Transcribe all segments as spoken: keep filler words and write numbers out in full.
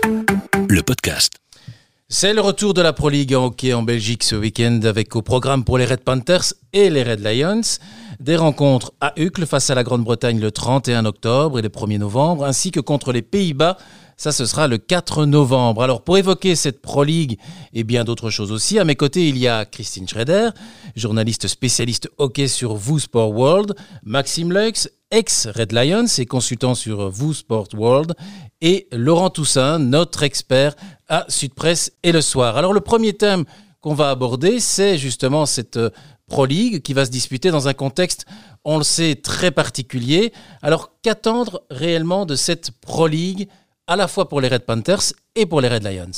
le podcast. C'est le retour de la Pro League en hockey en Belgique ce week-end avec au programme pour les Red Panthers et les Red Lions des rencontres à Uccle face à la Grande-Bretagne le trente et un octobre et le premier novembre, ainsi que contre les Pays-Bas. Ça, ce sera le quatre novembre. Alors, pour évoquer cette Pro League et bien d'autres choses aussi, à mes côtés, il y a Christine Schrader, journaliste spécialiste hockey sur Vous Sport World, Maxime Leux, ex-Red Lions et consultant sur Vous Sport World, et Laurent Toussaint, notre expert à Sud Presse et Le Soir. Alors, le premier thème qu'on va aborder, c'est justement cette Pro League qui va se disputer dans un contexte, on le sait, très particulier. Alors, qu'attendre réellement de cette Pro League à la fois pour les Red Panthers et pour les Red Lions?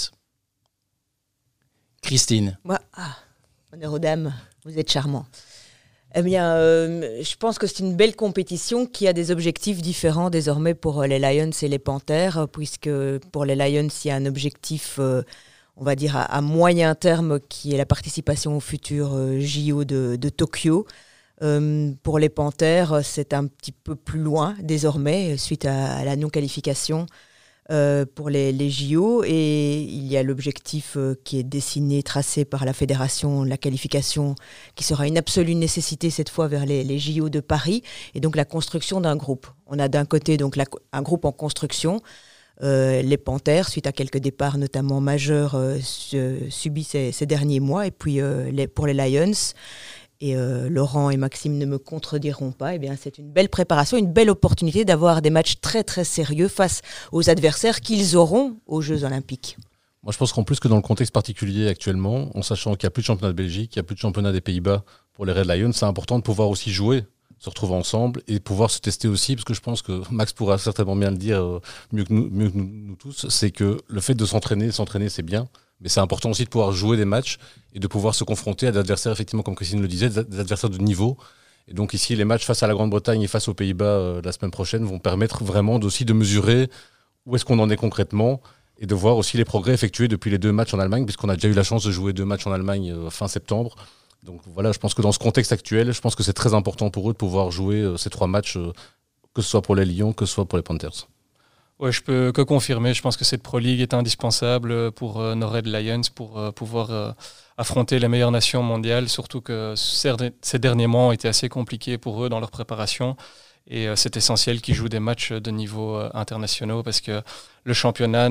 Christine. Moi, ah, honneur aux dames, vous êtes charmant. Eh bien, euh, je pense que c'est une belle compétition qui a des objectifs différents désormais pour les Lions et les Panthers, puisque pour les Lions, il y a un objectif, euh, on va dire, à, à moyen terme, qui est la participation au futur euh, J O de, de Tokyo. Euh, pour les Panthers, c'est un petit peu plus loin désormais, suite à, à la non-qualification Euh, pour les, les J O, et il y a l'objectif euh, qui est dessiné, tracé par la fédération, la qualification qui sera une absolue nécessité cette fois vers les, les J O de Paris, et donc la construction d'un groupe. On a d'un côté donc la, un groupe en construction, euh, les Panthers, suite à quelques départs notamment majeurs euh, subis ces, ces derniers mois, et puis euh, les, pour les Lions, et euh, Laurent et Maxime ne me contrediront pas, eh bien, c'est une belle préparation, une belle opportunité d'avoir des matchs très très sérieux face aux adversaires qu'ils auront aux Jeux Olympiques. Moi je pense qu'en plus que dans le contexte particulier actuellement, en sachant qu'il n'y a plus de championnat de Belgique, qu'il n'y a plus de championnat des Pays-Bas pour les Red Lions, c'est important de pouvoir aussi jouer, se retrouver ensemble et pouvoir se tester aussi, parce que je pense que Max pourra certainement bien le dire euh, mieux que, nous, mieux que nous, nous tous, c'est que le fait de s'entraîner, s'entraîner c'est bien, mais c'est important aussi de pouvoir jouer des matchs et de pouvoir se confronter à des adversaires, effectivement, comme Christine le disait, des adversaires de niveau. Et donc ici, les matchs face à la Grande-Bretagne et face aux Pays-Bas euh, la semaine prochaine vont permettre vraiment aussi de mesurer où est-ce qu'on en est concrètement et de voir aussi les progrès effectués depuis les deux matchs en Allemagne, puisqu'on a déjà eu la chance de jouer deux matchs en Allemagne euh, fin septembre. Donc voilà, je pense que dans ce contexte actuel, je pense que c'est très important pour eux de pouvoir jouer euh, ces trois matchs, euh, que ce soit pour les Lions, que ce soit pour les Panthers. Ouais, je peux que confirmer. Je pense que cette Pro League est indispensable pour euh, nos Red Lions pour euh, pouvoir euh, affronter les meilleures nations mondiales, surtout que ces derniers mois ont été assez compliqués pour eux dans leur préparation. Et euh, c'est essentiel qu'ils jouent des matchs de niveau euh, internationaux parce que le championnat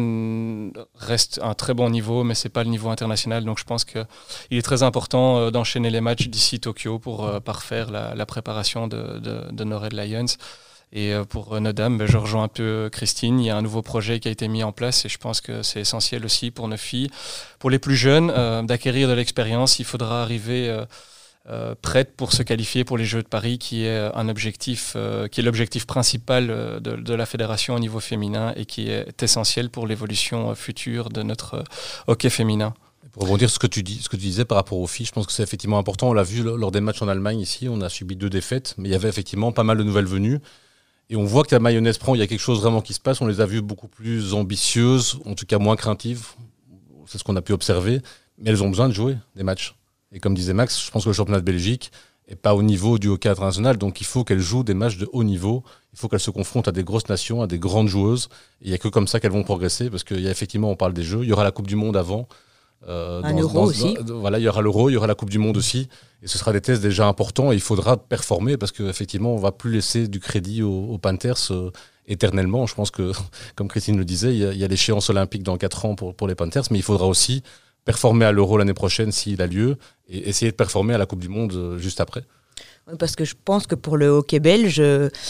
reste un très bon niveau, mais ce n'est pas le niveau international. Donc je pense qu'il est très important euh, d'enchaîner les matchs d'ici Tokyo pour euh, parfaire la, la préparation de, de, de nos Red Lions. Et pour nos dames, ben je rejoins un peu Christine. Il y a un nouveau projet qui a été mis en place et je pense que c'est essentiel aussi pour nos filles. Pour les plus jeunes, euh, d'acquérir de l'expérience, il faudra arriver euh, euh, prête pour se qualifier pour les Jeux de Paris, qui est un objectif, euh, qui est l'objectif principal de, de la fédération au niveau féminin et qui est essentiel pour l'évolution future de notre hockey féminin. Pour rebondir sur ce que tu dis, ce que tu disais par rapport aux filles, je pense que c'est effectivement important. On l'a vu lors des matchs en Allemagne ici, on a subi deux défaites, mais il y avait effectivement pas mal de nouvelles venues. Et on voit que la mayonnaise prend, il y a quelque chose vraiment qui se passe. On les a vues beaucoup plus ambitieuses, en tout cas moins craintives. C'est ce qu'on a pu observer. Mais elles ont besoin de jouer des matchs. Et comme disait Max, je pense que le championnat de Belgique n'est pas au niveau du hockey international. Donc il faut qu'elles jouent des matchs de haut niveau. Il faut qu'elles se confrontent à des grosses nations, à des grandes joueuses. Et il n'y a que comme ça qu'elles vont progresser. Parce qu'il y a effectivement, on parle des Jeux. Il y aura la Coupe du Monde avant. Euh, un dans, euro dans, aussi. Dans, voilà, il y aura l'euro, il y aura la Coupe du Monde aussi. Et ce sera des tests déjà importants et il faudra performer parce qu'effectivement, on ne va plus laisser du crédit aux, aux Panthers euh, éternellement. Je pense que, comme Christine le disait, il y a, il y a l'échéance olympique dans quatre ans pour, pour les Panthers, mais il faudra aussi performer à l'euro l'année prochaine s'il a lieu et essayer de performer à la Coupe du Monde euh, juste après. Oui, parce que je pense que pour le hockey belge,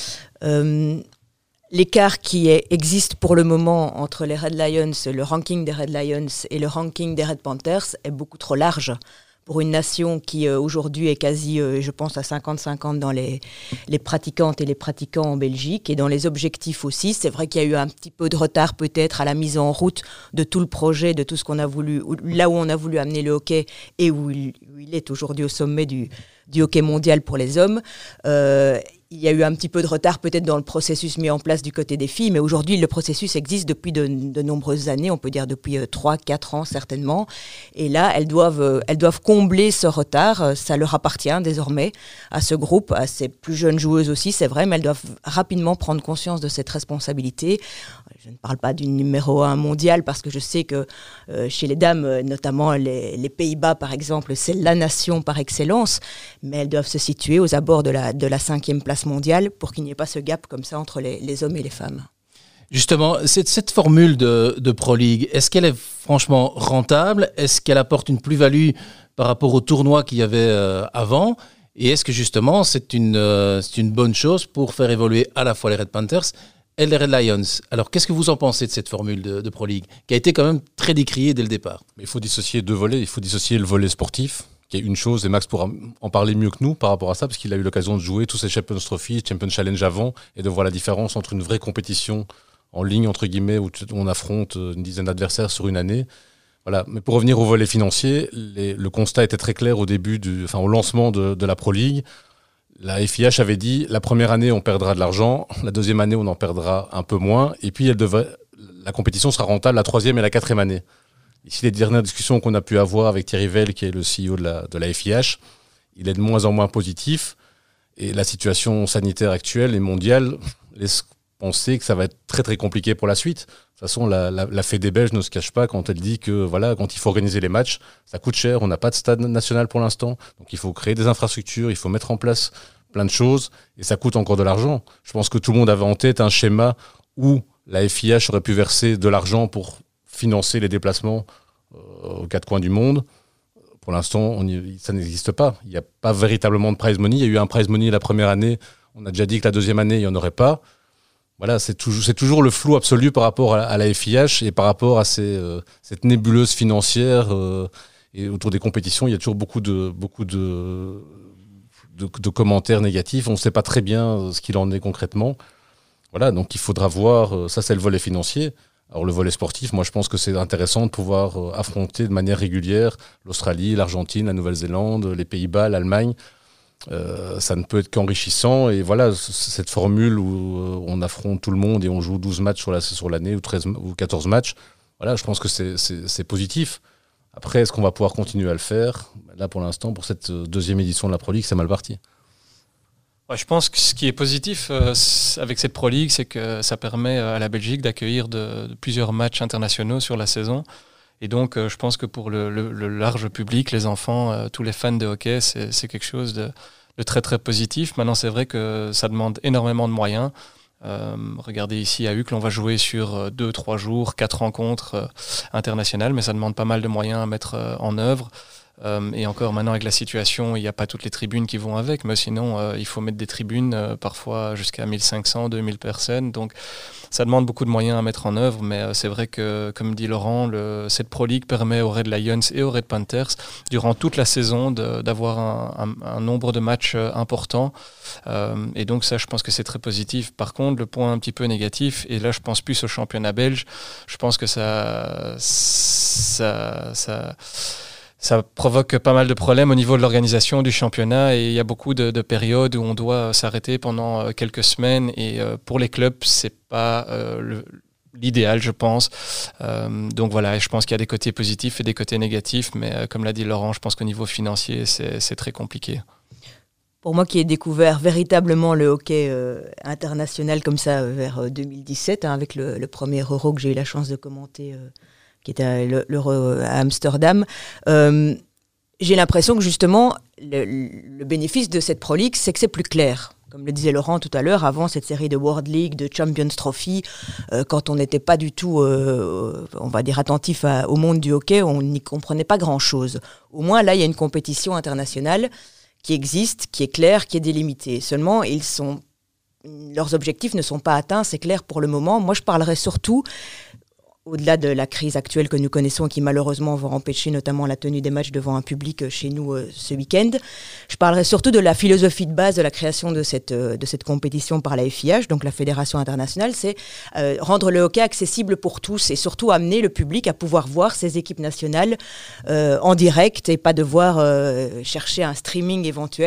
euh, l'écart qui est, existe pour le moment entre les Red Lions, le ranking des Red Lions et le ranking des Red Panthers est beaucoup trop large pour une nation qui euh, aujourd'hui est quasi, euh, je pense, à cinquante cinquante dans les, les pratiquantes et les pratiquants en Belgique et dans les objectifs aussi. C'est vrai qu'il y a eu un petit peu de retard peut-être à la mise en route de tout le projet, de tout ce qu'on a voulu, là où on a voulu amener le hockey et où il, où il est aujourd'hui au sommet du, du hockey mondial pour les hommes. Euh, il y a eu un petit peu de retard peut-être dans le processus mis en place du côté des filles, mais aujourd'hui le processus existe depuis de, de nombreuses années, on peut dire depuis euh, trois quatre ans certainement, et là elles doivent, euh, elles doivent combler ce retard, euh, ça leur appartient désormais à ce groupe, à ces plus jeunes joueuses aussi, c'est vrai, mais elles doivent rapidement prendre conscience de cette responsabilité. Je ne parle pas du numéro un mondial parce que je sais que euh, chez les dames, euh, notamment les, les Pays-Bas par exemple, c'est la nation par excellence, mais elles doivent se situer aux abords de la, de la cinquième place mondiale pour qu'il n'y ait pas ce gap comme ça entre les, les hommes et les femmes. Justement, cette, cette formule de, de Pro League, est-ce qu'elle est franchement rentable? Est-ce qu'elle apporte une plus-value par rapport au tournoi qu'il y avait euh, avant? Et est-ce que justement c'est une, euh, c'est une bonne chose pour faire évoluer à la fois les Red Panthers et les Red Lions? Alors qu'est-ce que vous en pensez de cette formule de, de Pro League qui a été quand même très décriée dès le départ? Il faut dissocier deux volets. Il faut dissocier le volet sportif, qui est une chose, et Max pourra en parler mieux que nous par rapport à ça, parce qu'il a eu l'occasion de jouer tous ces Champions Trophy, Champions Challenge avant, et de voir la différence entre une vraie compétition en ligne, entre guillemets, où on affronte une dizaine d'adversaires sur une année. Voilà. Mais pour revenir au volet financier, les, le constat était très clair au début, du, enfin au lancement de, de la Pro League. La F I H avait dit, la première année, on perdra de l'argent, la deuxième année, on en perdra un peu moins, et puis elle devrait, la compétition sera rentable la troisième et la quatrième année. Ici, les dernières discussions qu'on a pu avoir avec Thierry Vell, qui est le C E O de la, de la F I H, il est de moins en moins positif. Et la situation sanitaire actuelle et mondiale laisse penser que ça va être très très compliqué pour la suite. De toute façon, la, la, la Fédé belge ne se cache pas quand elle dit que voilà, quand il faut organiser les matchs, ça coûte cher, on n'a pas de stade national pour l'instant. Donc il faut créer des infrastructures, il faut mettre en place plein de choses, et ça coûte encore de l'argent. Je pense que tout le monde avait en tête un schéma où la F I H aurait pu verser de l'argent pour financer les déplacements euh, aux quatre coins du monde. Pour l'instant, on y, ça n'existe pas. Il n'y a pas véritablement de prize money. Il y a eu un prize money la première année. On a déjà dit que la deuxième année, il n'y en aurait pas. Voilà, c'est toujours, c'est toujours le flou absolu par rapport à, à la F I H et par rapport à ces, euh, cette nébuleuse financière. Euh, et autour des compétitions, il y a toujours beaucoup de, beaucoup de, de, de commentaires négatifs. On ne sait pas très bien ce qu'il en est concrètement. Voilà, donc il faudra voir. Ça, c'est le volet financier. Alors le volet sportif, moi je pense que c'est intéressant de pouvoir euh, affronter de manière régulière l'Australie, l'Argentine, la Nouvelle-Zélande, les Pays-Bas, l'Allemagne. Euh, ça ne peut être qu'enrichissant. Et voilà, c- cette formule où euh, on affronte tout le monde et on joue douze matchs sur, la, sur l'année ou, treize, ou quatorze matchs, voilà, je pense que c'est, c'est, c'est positif. Après, est-ce qu'on va pouvoir continuer à le faire? Là, pour l'instant, pour cette deuxième édition de la Pro League, c'est mal parti. Ouais, je pense que ce qui est positif euh, avec cette Pro League, c'est que ça permet à la Belgique d'accueillir de, de plusieurs matchs internationaux sur la saison. Et donc, euh, je pense que pour le, le, le large public, les enfants, euh, tous les fans de hockey, c'est, c'est quelque chose de, de très très positif. Maintenant, c'est vrai que ça demande énormément de moyens. Euh, regardez ici à Uccle, on va jouer sur deux, trois jours, quatre rencontres euh, internationales, mais ça demande pas mal de moyens à mettre euh, en œuvre. Euh, et encore maintenant avec la situation, il n'y a pas toutes les tribunes qui vont avec, mais sinon euh, il faut mettre des tribunes euh, parfois jusqu'à mille cinq cents, deux mille personnes, donc ça demande beaucoup de moyens à mettre en œuvre, mais euh, c'est vrai que comme dit Laurent, le, cette Pro League permet aux Red Lions et aux Red Panthers durant toute la saison de, d'avoir un, un, un nombre de matchs euh, important, euh, et donc ça je pense que c'est très positif. Par contre le point un petit peu négatif, et là je pense plus au championnat belge, je pense que ça ça, ça Ça provoque pas mal de problèmes au niveau de l'organisation du championnat et il y a beaucoup de, de périodes où on doit s'arrêter pendant quelques semaines et euh, pour les clubs, c'est pas euh, le, l'idéal, je pense. Euh, donc voilà, je pense qu'il y a des côtés positifs et des côtés négatifs, mais euh, comme l'a dit Laurent, je pense qu'au niveau financier, c'est, c'est très compliqué. Pour moi qui ai découvert véritablement le hockey euh, international comme ça euh, vers euh, deux mille dix-sept, hein, avec le, le premier Euro que j'ai eu la chance de commenter euh, qui était l'Euro à Amsterdam, euh, j'ai l'impression que justement, le, le bénéfice de cette Pro League, c'est que c'est plus clair. Comme le disait Laurent tout à l'heure, avant cette série de World League, de Champions Trophy, euh, quand on n'était pas du tout, euh, on va dire, attentif à, au monde du hockey, on n'y comprenait pas grand-chose. Au moins, là, il y a une compétition internationale qui existe, qui est claire, qui est délimitée. Seulement, ils sont, leurs objectifs ne sont pas atteints, c'est clair pour le moment. Moi, je parlerai surtout au-delà de la crise actuelle que nous connaissons qui malheureusement va empêcher notamment la tenue des matchs devant un public chez nous euh, ce week-end. Je parlerai surtout de la philosophie de base de la création de cette, euh, de cette compétition par la F I H, donc la Fédération internationale, c'est euh, rendre le hockey accessible pour tous et surtout amener le public à pouvoir voir ses équipes nationales euh, en direct et pas devoir euh, chercher un streaming éventuel.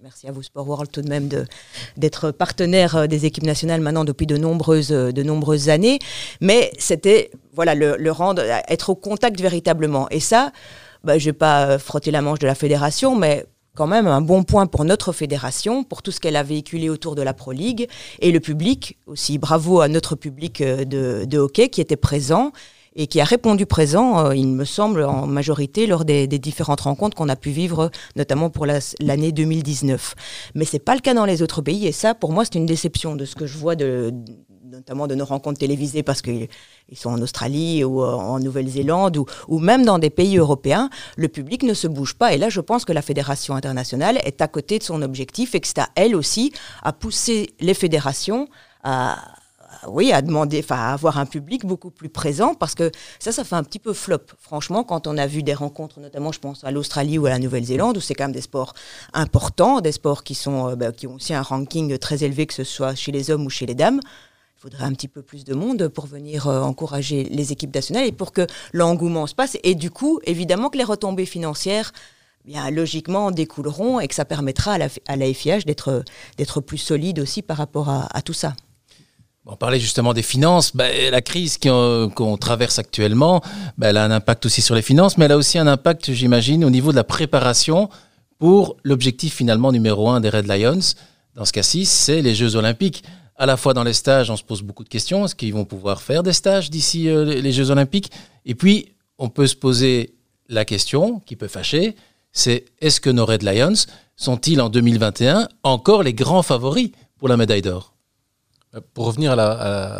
merci à vous Sport World tout de même de, d'être partenaire des équipes nationales maintenant depuis de nombreuses, de nombreuses années. Mais c'était voilà, le, le rendre, être au contact véritablement. Et ça, bah, je ne vais pas frotter la manche de la fédération, mais quand même un bon point pour notre fédération, pour tout ce qu'elle a véhiculé autour de la Pro League. Et le public, aussi bravo à notre public de, de hockey qui était présent et qui a répondu présent, euh, il me semble, en majorité lors des, des différentes rencontres qu'on a pu vivre, notamment pour la, l'année deux mille dix-neuf. Mais ce n'est pas le cas dans les autres pays, et ça, pour moi, c'est une déception de ce que je vois, de, notamment de nos rencontres télévisées, parce qu'ils sont en Australie ou en Nouvelle-Zélande, ou, ou même dans des pays européens, le public ne se bouge pas. Et là, je pense que la Fédération internationale est à côté de son objectif, et que c'est à elle aussi à pousser les fédérations à... Oui, à demander, enfin, à avoir un public beaucoup plus présent, parce que ça, ça fait un petit peu flop. Franchement, quand on a vu des rencontres, notamment, je pense à l'Australie ou à la Nouvelle-Zélande, où c'est quand même des sports importants, des sports qui sont, euh, bah, qui ont aussi un ranking très élevé, que ce soit chez les hommes ou chez les dames. Il faudrait un petit peu plus de monde pour venir euh, encourager les équipes nationales et pour que l'engouement se passe. Et du coup, évidemment que les retombées financières, bien, logiquement, découleront et que ça permettra à la, à la F I H d'être, d'être plus solide aussi par rapport à, à tout ça. On parlait justement des finances. Ben, la crise qu'on, qu'on traverse actuellement, ben, elle a un impact aussi sur les finances, mais elle a aussi un impact, j'imagine, au niveau de la préparation pour l'objectif finalement numéro un des Red Lions. Dans ce cas-ci, c'est les Jeux Olympiques. À la fois dans les stages, on se pose beaucoup de questions. Est-ce qu'ils vont pouvoir faire des stages d'ici euh, les Jeux Olympiques ? Et puis, on peut se poser la question, qui peut fâcher, c'est est-ce que nos Red Lions sont-ils en deux mille vingt et un encore les grands favoris pour la médaille d'or ? Pour revenir à la,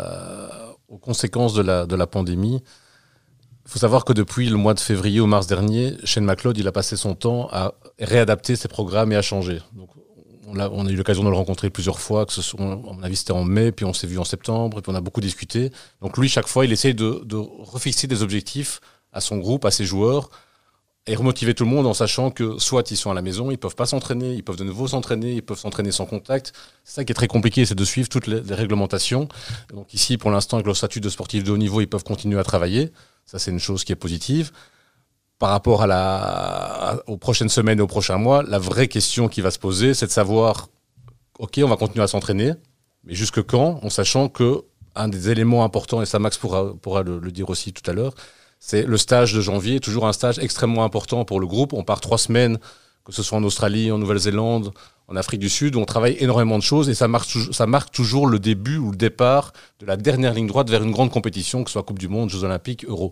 à, aux conséquences de la, de la pandémie, il faut savoir que depuis le mois de février ou mars dernier, Shane McLeod, il a passé son temps à réadapter ses programmes et à changer. Donc, on, a, on a eu l'occasion de le rencontrer plusieurs fois, que ce soit, à mon avis, c'était en mai, puis on s'est vu en septembre, et puis on a beaucoup discuté. Donc lui, chaque fois, il essaye de, de refixer des objectifs à son groupe, à ses joueurs, et remotiver tout le monde en sachant que soit ils sont à la maison, ils ne peuvent pas s'entraîner, ils peuvent de nouveau s'entraîner, ils peuvent s'entraîner sans contact. C'est ça qui est très compliqué, c'est de suivre toutes les, les réglementations. Donc ici, pour l'instant, avec leur statut de sportif de haut niveau, ils peuvent continuer à travailler. Ça, c'est une chose qui est positive. Par rapport à la, à, aux prochaines semaines et aux prochains mois, la vraie question qui va se poser, c'est de savoir, OK, on va continuer à s'entraîner, mais jusque quand, en sachant qu'un des éléments importants, et ça Max pourra, pourra le, le dire aussi tout à l'heure, c'est le stage de janvier, toujours un stage extrêmement important pour le groupe. On part trois semaines, que ce soit en Australie, en Nouvelle-Zélande, en Afrique du Sud, où on travaille énormément de choses et ça marque, ça marque toujours le début ou le départ de la dernière ligne droite vers une grande compétition, que ce soit Coupe du Monde, Jeux Olympiques, Euro.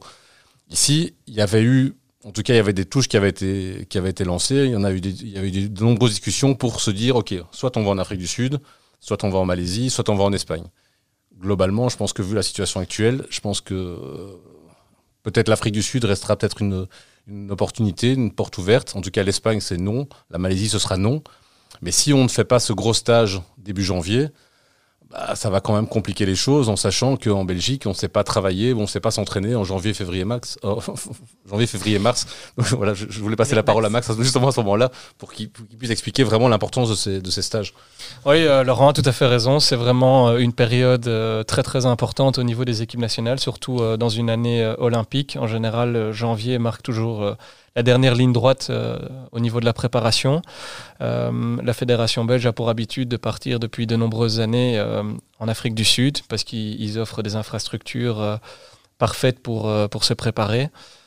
Ici, il y avait eu, en tout cas, il y avait des touches qui avaient été, qui avaient été lancées. Il y en a eu, des, il y a eu des, de nombreuses discussions pour se dire, OK, soit on va en Afrique du Sud, soit on va en Malaisie, soit on va en Espagne. Globalement, je pense que vu la situation actuelle, je pense que peut-être l'Afrique du Sud restera peut-être une, une opportunité, une porte ouverte. En tout cas, l'Espagne, c'est non. La Malaisie, ce sera non. Mais si on ne fait pas ce gros stage début janvier, bah, ça va quand même compliquer les choses en sachant qu'en Belgique, on ne sait pas travailler, on ne sait pas s'entraîner en janvier, février, mars. Oh, janvier, février, mars. Donc, voilà, je, je voulais passer la parole à Max justement à ce moment-là pour qu'il, pour qu'il puisse expliquer vraiment l'importance de ces, de ces stages. Oui, euh, Laurent a tout à fait raison. C'est vraiment euh, une période euh, très très importante au niveau des équipes nationales, surtout euh, dans une année euh, olympique. En général, euh, janvier marque toujours euh, la dernière ligne droite euh, au niveau de la préparation. Euh, la fédération belge a pour habitude de partir depuis de nombreuses années euh, en Afrique du Sud parce qu'ils offrent des infrastructures euh, parfaites pour, euh, pour se préparer.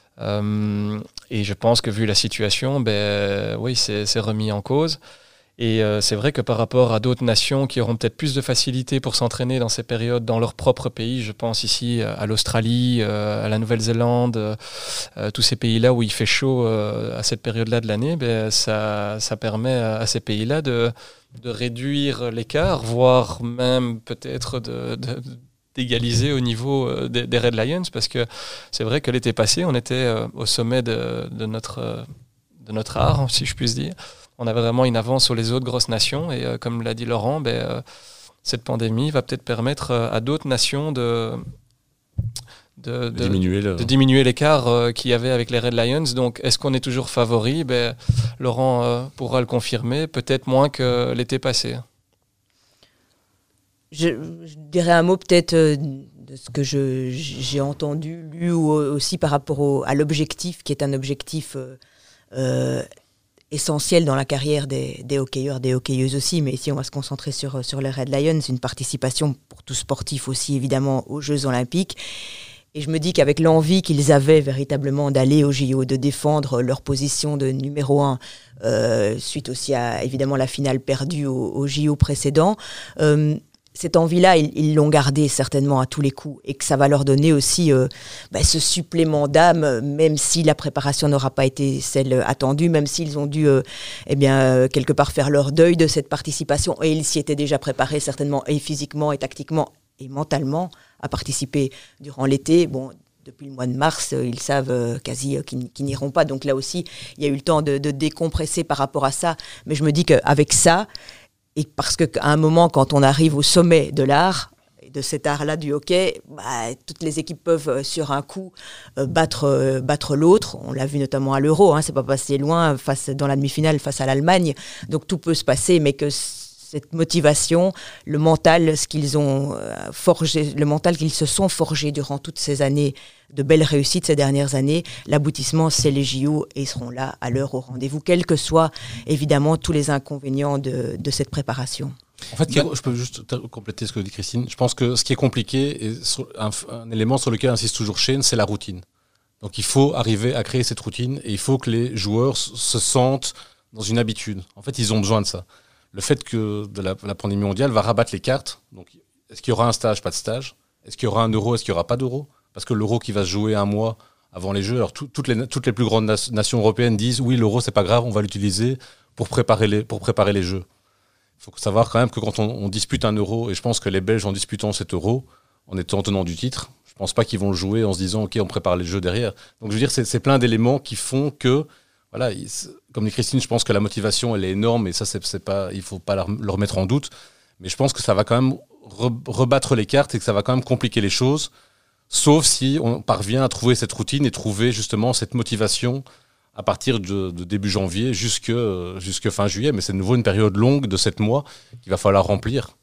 Euh, et je pense que vu la situation, ben, oui, c'est, c'est remis en cause. Et euh, c'est vrai que par rapport à d'autres nations qui auront peut-être plus de facilité pour s'entraîner dans ces périodes dans leur propre pays, je pense ici à l'Australie, euh, à la Nouvelle-Zélande, euh, tous ces pays-là où il fait chaud euh, à cette période-là de l'année, ben, ça, ça permet à, à ces pays-là de, de réduire l'écart, voire même peut-être de, de, d'égaliser au niveau euh, des, des Red Lions, parce que c'est vrai que l'été passé, on était euh, au sommet de, de, notre, de notre art, si je puis dire. On avait vraiment une avance sur les autres grosses nations et euh, comme l'a dit Laurent, ben, euh, cette pandémie va peut-être permettre euh, à d'autres nations de, de, de, diminuer, le... de diminuer l'écart euh, qu'il y avait avec les Red Lions. Donc est-ce qu'on est toujours favori? Ben, Laurent euh, pourra le confirmer, peut-être moins que l'été passé. Je, je dirais un mot peut-être euh, de ce que je, j'ai entendu, lu ou aussi par rapport au, à l'objectif qui est un objectif... Euh, euh, essentiel dans la carrière des, des hockeyeurs, des hockeyeuses aussi, mais ici on va se concentrer sur, sur les Red Lions, une participation pour tout sportif aussi évidemment aux Jeux Olympiques. Et je me dis qu'avec l'envie qu'ils avaient véritablement d'aller aux J O, de défendre leur position de numéro un, euh, suite aussi à évidemment la finale perdue aux, aux J O précédents, euh, cette envie-là, ils, ils l'ont gardée certainement à tous les coups et que ça va leur donner aussi euh, bah, ce supplément d'âme, même si la préparation n'aura pas été celle attendue, même s'ils ont dû euh, eh bien, euh, quelque part faire leur deuil de cette participation et ils s'y étaient déjà préparés certainement et physiquement et tactiquement et mentalement à participer durant l'été. Bon, depuis le mois de mars, euh, ils savent euh, quasi euh, qu'ils, qu'ils n'iront pas. Donc là aussi, il y a eu le temps de, de décompresser par rapport à ça. Mais je me dis qu'avec ça, et parce qu'à un moment, quand on arrive au sommet de l'art, de cet art-là du hockey, bah, toutes les équipes peuvent euh, sur un coup euh, battre, euh, battre l'autre. On l'a vu notamment à l'Euro, hein, c'est pas passé loin face, dans la demi-finale face à l'Allemagne. Donc tout peut se passer, mais que cette motivation, le mental, ce qu'ils ont euh, forgé, le mental qu'ils se sont forgés durant toutes ces années de belles réussites ces dernières années, l'aboutissement, c'est les J O et ils seront là à l'heure au rendez-vous, quels que soient évidemment tous les inconvénients de, de cette préparation. En fait, je peux juste compléter ce que dit Christine. Je pense que ce qui est compliqué, et un, un élément sur lequel insiste toujours Shane, c'est la routine. Donc il faut arriver à créer cette routine et il faut que les joueurs se sentent dans une habitude. En fait, ils ont besoin de ça. Le fait que de la, la pandémie mondiale va rabattre les cartes. Donc, est-ce qu'il y aura un stage, pas de stage? Est-ce qu'il y aura un euro, est-ce qu'il n'y aura pas d'euro? Parce que l'euro qui va se jouer un mois avant les Jeux, alors tout, toutes, les, toutes les plus grandes na- nations européennes disent oui, l'euro, c'est pas grave, on va l'utiliser pour préparer les, pour préparer les Jeux. Il faut savoir quand même que quand on, on dispute un euro, et je pense que les Belges, en disputant cet euro, en étant tenant du titre, je ne pense pas qu'ils vont le jouer en se disant ok, on prépare les Jeux derrière. Donc, je veux dire, c'est, c'est plein d'éléments qui font que. Voilà, comme dit Christine, je pense que la motivation, elle est énorme et ça, c'est, c'est pas, il ne faut pas le remettre en doute. Mais je pense que ça va quand même re, rebattre les cartes et que ça va quand même compliquer les choses, sauf si on parvient à trouver cette routine et trouver justement cette motivation à partir de, de début janvier jusque, jusque fin juillet. Mais c'est de nouveau une période longue de sept mois qu'il va falloir remplir.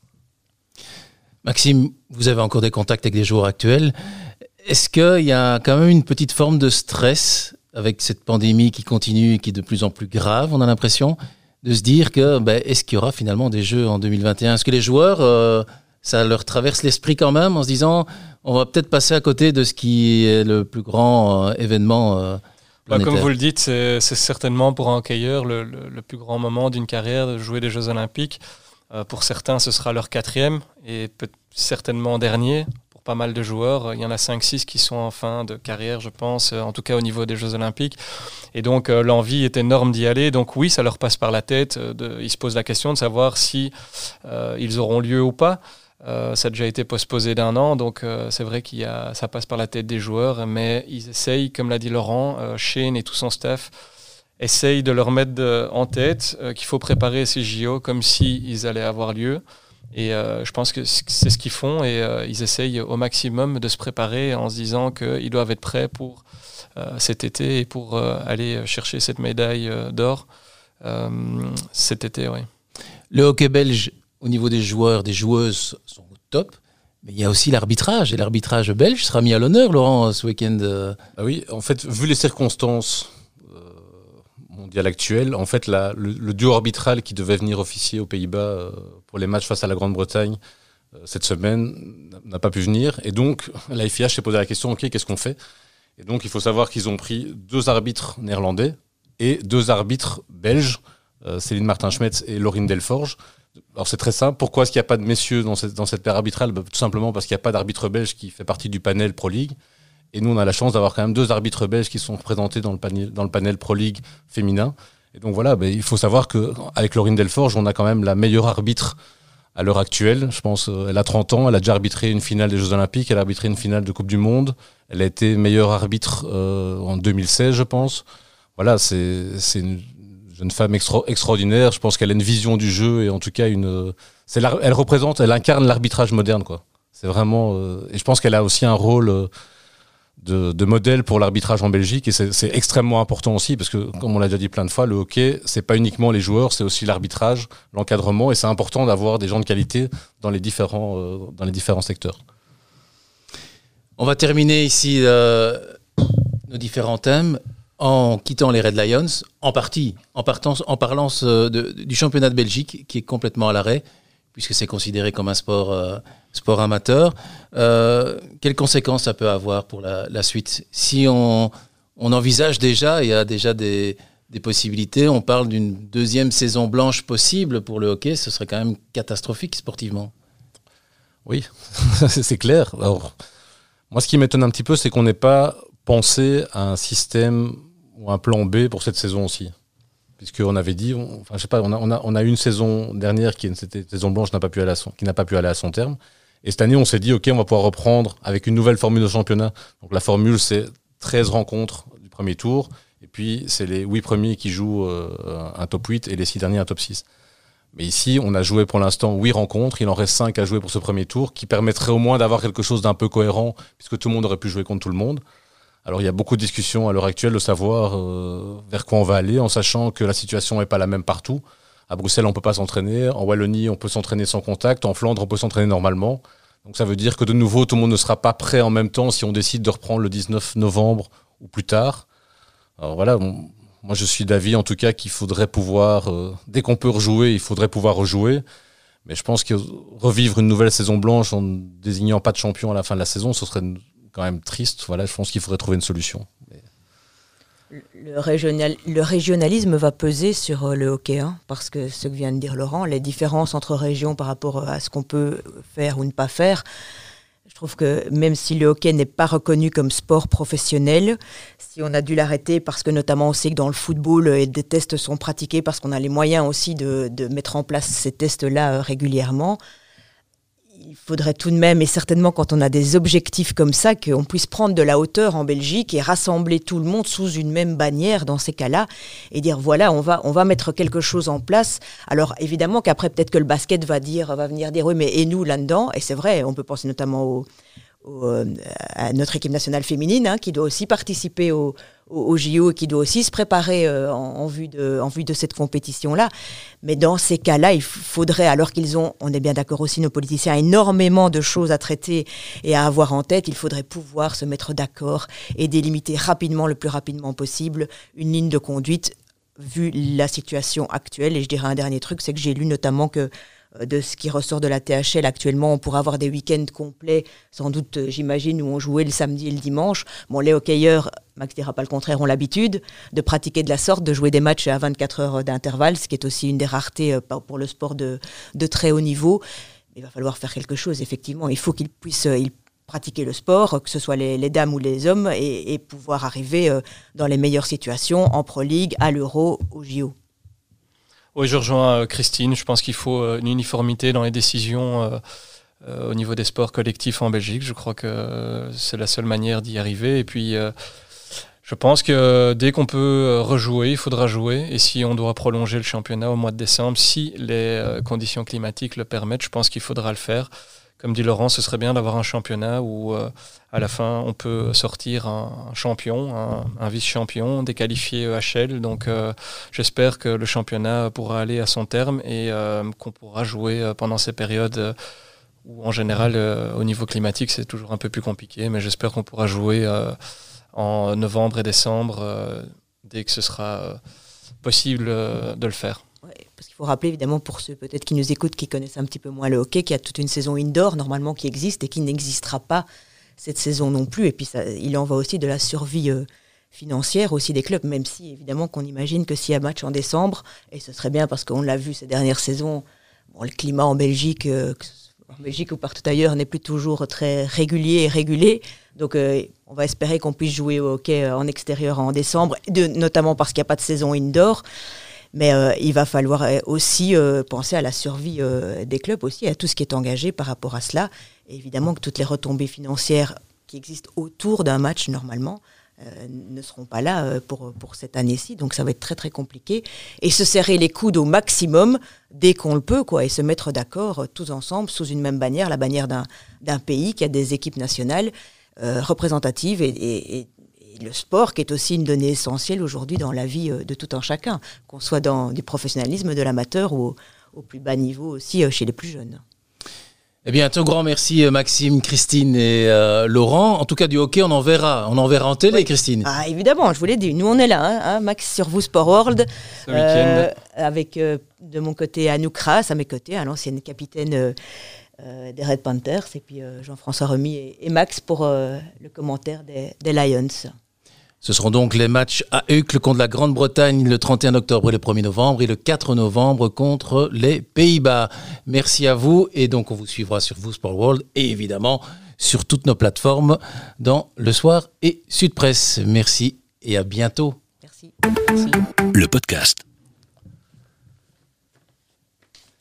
Maxime, vous avez encore des contacts avec des joueurs actuels. Est-ce qu'il y a quand même une petite forme de stress avec cette pandémie qui continue et qui est de plus en plus grave, on a l'impression, de se dire que ben, est-ce qu'il y aura finalement des Jeux en deux mille vingt et un? Est-ce que les joueurs, euh, ça leur traverse l'esprit quand même en se disant on va peut-être passer à côté de ce qui est le plus grand euh, événement euh, bah, Comme vous le dites, c'est, c'est certainement pour un hockeyeur le, le, le plus grand moment d'une carrière de jouer des Jeux Olympiques. Euh, pour certains, ce sera leur quatrième et peut- certainement dernier. Pas mal de joueurs, il y en a cinq six qui sont en fin de carrière, je pense, en tout cas au niveau des Jeux Olympiques. Et donc euh, l'envie est énorme d'y aller. Donc oui, ça leur passe par la tête. De, ils se posent la question de savoir si euh, ils auront lieu ou pas. Euh, ça a déjà été postposé d'un an, donc euh, c'est vrai qu'il y a, ça passe par la tête des joueurs, mais ils essayent, comme l'a dit Laurent, euh, Shane et tout son staff essayent de leur mettre de, en tête euh, qu'il faut préparer ces J O comme s'ils allaient avoir lieu. Et euh, je pense que c'est ce qu'ils font et euh, ils essayent au maximum de se préparer en se disant qu'ils doivent être prêts pour euh, cet été et pour euh, aller chercher cette médaille euh, d'or euh, cet été. Oui. Le hockey belge, au niveau des joueurs, des joueuses, sont au top. Mais il y a aussi l'arbitrage. Et l'arbitrage belge sera mis à l'honneur, Laurent, ce week-end. Ah oui, en fait, vu les circonstances mondial actuel, en fait, la, le, le duo arbitral qui devait venir officier aux Pays-Bas euh, pour les matchs face à la Grande-Bretagne euh, cette semaine n'a pas pu venir. Et donc, la F I H s'est posé la question, ok, qu'est-ce qu'on fait? Et donc, il faut savoir qu'ils ont pris deux arbitres néerlandais et deux arbitres belges, euh, Céline Martin-Schmetz et Laurine Delforge. Alors, c'est très simple. Pourquoi est-ce qu'il n'y a pas de messieurs dans cette, dans cette paire arbitrale? Bah, tout simplement parce qu'il n'y a pas d'arbitre belge qui fait partie du panel Pro League. Et nous, on a la chance d'avoir quand même deux arbitres belges qui sont représentés dans le panel, dans le panel Pro League féminin. Et donc voilà, bah, il faut savoir qu'avec Laurine Delforge, on a quand même la meilleure arbitre à l'heure actuelle. Je pense qu'elle a trente ans, elle a déjà arbitré une finale des Jeux Olympiques, elle a arbitré une finale de Coupe du Monde. Elle a été meilleure arbitre euh, en deux mille seize, je pense. Voilà, c'est, c'est une jeune femme extra- extraordinaire. Je pense qu'elle a une vision du jeu et en tout cas, une, c'est la, elle représente, elle incarne l'arbitrage moderne, quoi. C'est vraiment... Euh, et je pense qu'elle a aussi un rôle... Euh, De, de modèle pour l'arbitrage en Belgique et c'est, c'est extrêmement important aussi parce que comme on l'a déjà dit plein de fois, le hockey c'est pas uniquement les joueurs, c'est aussi l'arbitrage, l'encadrement et c'est important d'avoir des gens de qualité dans les différents, euh, dans les différents secteurs. On va terminer ici euh, nos différents thèmes en quittant les Red Lions, en partie, en, partant, en parlant de, de, du championnat de Belgique, qui est complètement à l'arrêt, puisque c'est considéré comme un sport, euh, sport amateur. Euh, quelles conséquences ça peut avoir pour la, la suite ? Si on, on envisage déjà, il y a déjà des, des possibilités, on parle d'une deuxième saison blanche possible pour le hockey, ce serait quand même catastrophique sportivement. Oui, c'est clair. Alors, moi, ce qui m'étonne un petit peu, c'est qu'on n'ait pas pensé à un système ou un plan B pour cette saison aussi. Puisqu'on avait dit, on, enfin, je sais pas, on a, on, a, on a eu une saison dernière qui était une saison blanche n'a pas pu aller à son, qui n'a pas pu aller à son terme. Et cette année, on s'est dit, OK, on va pouvoir reprendre avec une nouvelle formule de championnat. Donc la formule, c'est treize rencontres du premier tour. Et puis, c'est les huit premiers qui jouent euh, un top huit et les six derniers un top six. Mais ici, on a joué pour l'instant huit rencontres. Il en reste cinq à jouer pour ce premier tour, qui permettrait au moins d'avoir quelque chose d'un peu cohérent, puisque tout le monde aurait pu jouer contre tout le monde. Alors, il y a beaucoup de discussions à l'heure actuelle de savoir euh, vers quoi on va aller, en sachant que la situation n'est pas la même partout. À Bruxelles, on ne peut pas s'entraîner. En Wallonie, on peut s'entraîner sans contact. En Flandre, on peut s'entraîner normalement. Donc, ça veut dire que de nouveau, tout le monde ne sera pas prêt en même temps si on décide de reprendre le dix-neuf novembre ou plus tard. Alors voilà, on, moi je suis d'avis en tout cas qu'il faudrait pouvoir, euh, dès qu'on peut rejouer, il faudrait pouvoir rejouer. Mais je pense que revivre une nouvelle saison blanche en ne désignant pas de champion à la fin de la saison, ce serait quand même triste. Voilà, je pense qu'il faudrait trouver une solution. Mais... Le, régional, le régionalisme va peser sur le hockey, hein, parce que ce que vient de dire Laurent, les différences entre régions par rapport à ce qu'on peut faire ou ne pas faire, je trouve que même si le hockey n'est pas reconnu comme sport professionnel, si on a dû l'arrêter parce que notamment on sait que dans le football, des tests sont pratiqués parce qu'on a les moyens aussi de, de mettre en place ces tests-là euh, régulièrement, il faudrait tout de même, et certainement quand on a des objectifs comme ça, qu'on puisse prendre de la hauteur en Belgique et rassembler tout le monde sous une même bannière dans ces cas-là et dire voilà, on va, on va mettre quelque chose en place. Alors évidemment qu'après peut-être que le basket va, dire, va venir dire oui mais et nous là-dedans, et c'est vrai, on peut penser notamment au, au, à notre équipe nationale féminine hein, qui doit aussi participer au, au, au J O et qui doit aussi se préparer euh, en, en, vue de, en vue de cette compétition-là. Mais dans ces cas-là, il faudrait, alors qu'ils ont, on est bien d'accord aussi, nos politiciens, énormément de choses à traiter et à avoir en tête, il faudrait pouvoir se mettre d'accord et délimiter rapidement, le plus rapidement possible, une ligne de conduite vu la situation actuelle. Et je dirais un dernier truc, c'est que j'ai lu notamment que de ce qui ressort de la T H L actuellement, on pourrait avoir des week-ends complets, sans doute, j'imagine, où on jouait le samedi et le dimanche. Bon, les hockeyeurs, Max dira pas le contraire, ont l'habitude de pratiquer de la sorte, de jouer des matchs à vingt-quatre heures d'intervalle, ce qui est aussi une des raretés pour le sport de, de très haut niveau. Il va falloir faire quelque chose, effectivement. Il faut qu'ils puissent ils pratiquer le sport, que ce soit les, les dames ou les hommes, et, et pouvoir arriver dans les meilleures situations, en Pro League, à l'Euro, au J O. Oui, je rejoins euh, Christine. Je pense qu'il faut euh, une uniformité dans les décisions euh, euh, au niveau des sports collectifs en Belgique. Je crois que euh, c'est la seule manière d'y arriver. Et puis, euh, je pense que euh, dès qu'on peut rejouer, il faudra jouer. Et si on doit prolonger le championnat au mois de décembre, si les euh, conditions climatiques le permettent, je pense qu'il faudra le faire. Comme dit Laurent, ce serait bien d'avoir un championnat où, euh, à la fin, on peut sortir un, un champion, un, un vice-champion, des qualifiés E H L. Donc, euh, j'espère que le championnat pourra aller à son terme et euh, qu'on pourra jouer pendant ces périodes euh, où, en général, euh, au niveau climatique, c'est toujours un peu plus compliqué. Mais j'espère qu'on pourra jouer euh, en novembre et décembre euh, dès que ce sera euh, possible euh, de le faire. Ouais, parce qu'il faut rappeler évidemment pour ceux peut-être qui nous écoutent, qui connaissent un petit peu moins le hockey, qu'il y a toute une saison indoor normalement qui existe et qui n'existera pas cette saison non plus. Et puis ça, il en va aussi de la survie euh, financière aussi des clubs, même si évidemment qu'on imagine que s'il y a match en décembre, et ce serait bien parce qu'on l'a vu ces dernières saisons, bon, le climat en Belgique, euh, en Belgique ou partout ailleurs, n'est plus toujours très régulier et régulé. Donc euh, on va espérer qu'on puisse jouer au hockey en extérieur en décembre, de, notamment parce qu'il n'y a pas de saison indoor. Mais euh, il va falloir aussi euh, penser à la survie euh, des clubs aussi, à tout ce qui est engagé par rapport à cela. Et évidemment que toutes les retombées financières qui existent autour d'un match normalement euh, ne seront pas là euh, pour, pour cette année-ci. Donc ça va être très très compliqué. Et se serrer les coudes au maximum dès qu'on le peut, quoi, et se mettre d'accord euh, tous ensemble sous une même bannière, la bannière d'un, d'un pays qui a des équipes nationales euh, représentatives et, et, et le sport qui est aussi une donnée essentielle aujourd'hui dans la vie de tout un chacun, qu'on soit dans du professionnalisme, de l'amateur ou au, au plus bas niveau aussi chez les plus jeunes. Eh bien, un tout grand merci Maxime, Christine et euh, Laurent. En tout cas, du hockey, on en verra. On en verra en télé, oui. Christine. Ah, évidemment, je vous l'ai dit. Nous, on est là, hein, hein, Max, sur vous Sport World. Ce euh, week-end. Avec, euh, de mon côté, Anouk Ras, à mes côtés, hein, l'ancienne capitaine euh, euh, des Red Panthers. Et puis euh, Jean-François Remy et, et Max pour euh, le commentaire des, des Lions. Ce seront donc les matchs à Uccle contre la Grande-Bretagne le trente et un octobre et le premier novembre et le quatre novembre contre les Pays-Bas. Merci à vous et donc on vous suivra sur vous Sport World et évidemment sur toutes nos plateformes dans Le Soir et Sud Presse. Merci et à bientôt. Merci. Merci. Le podcast.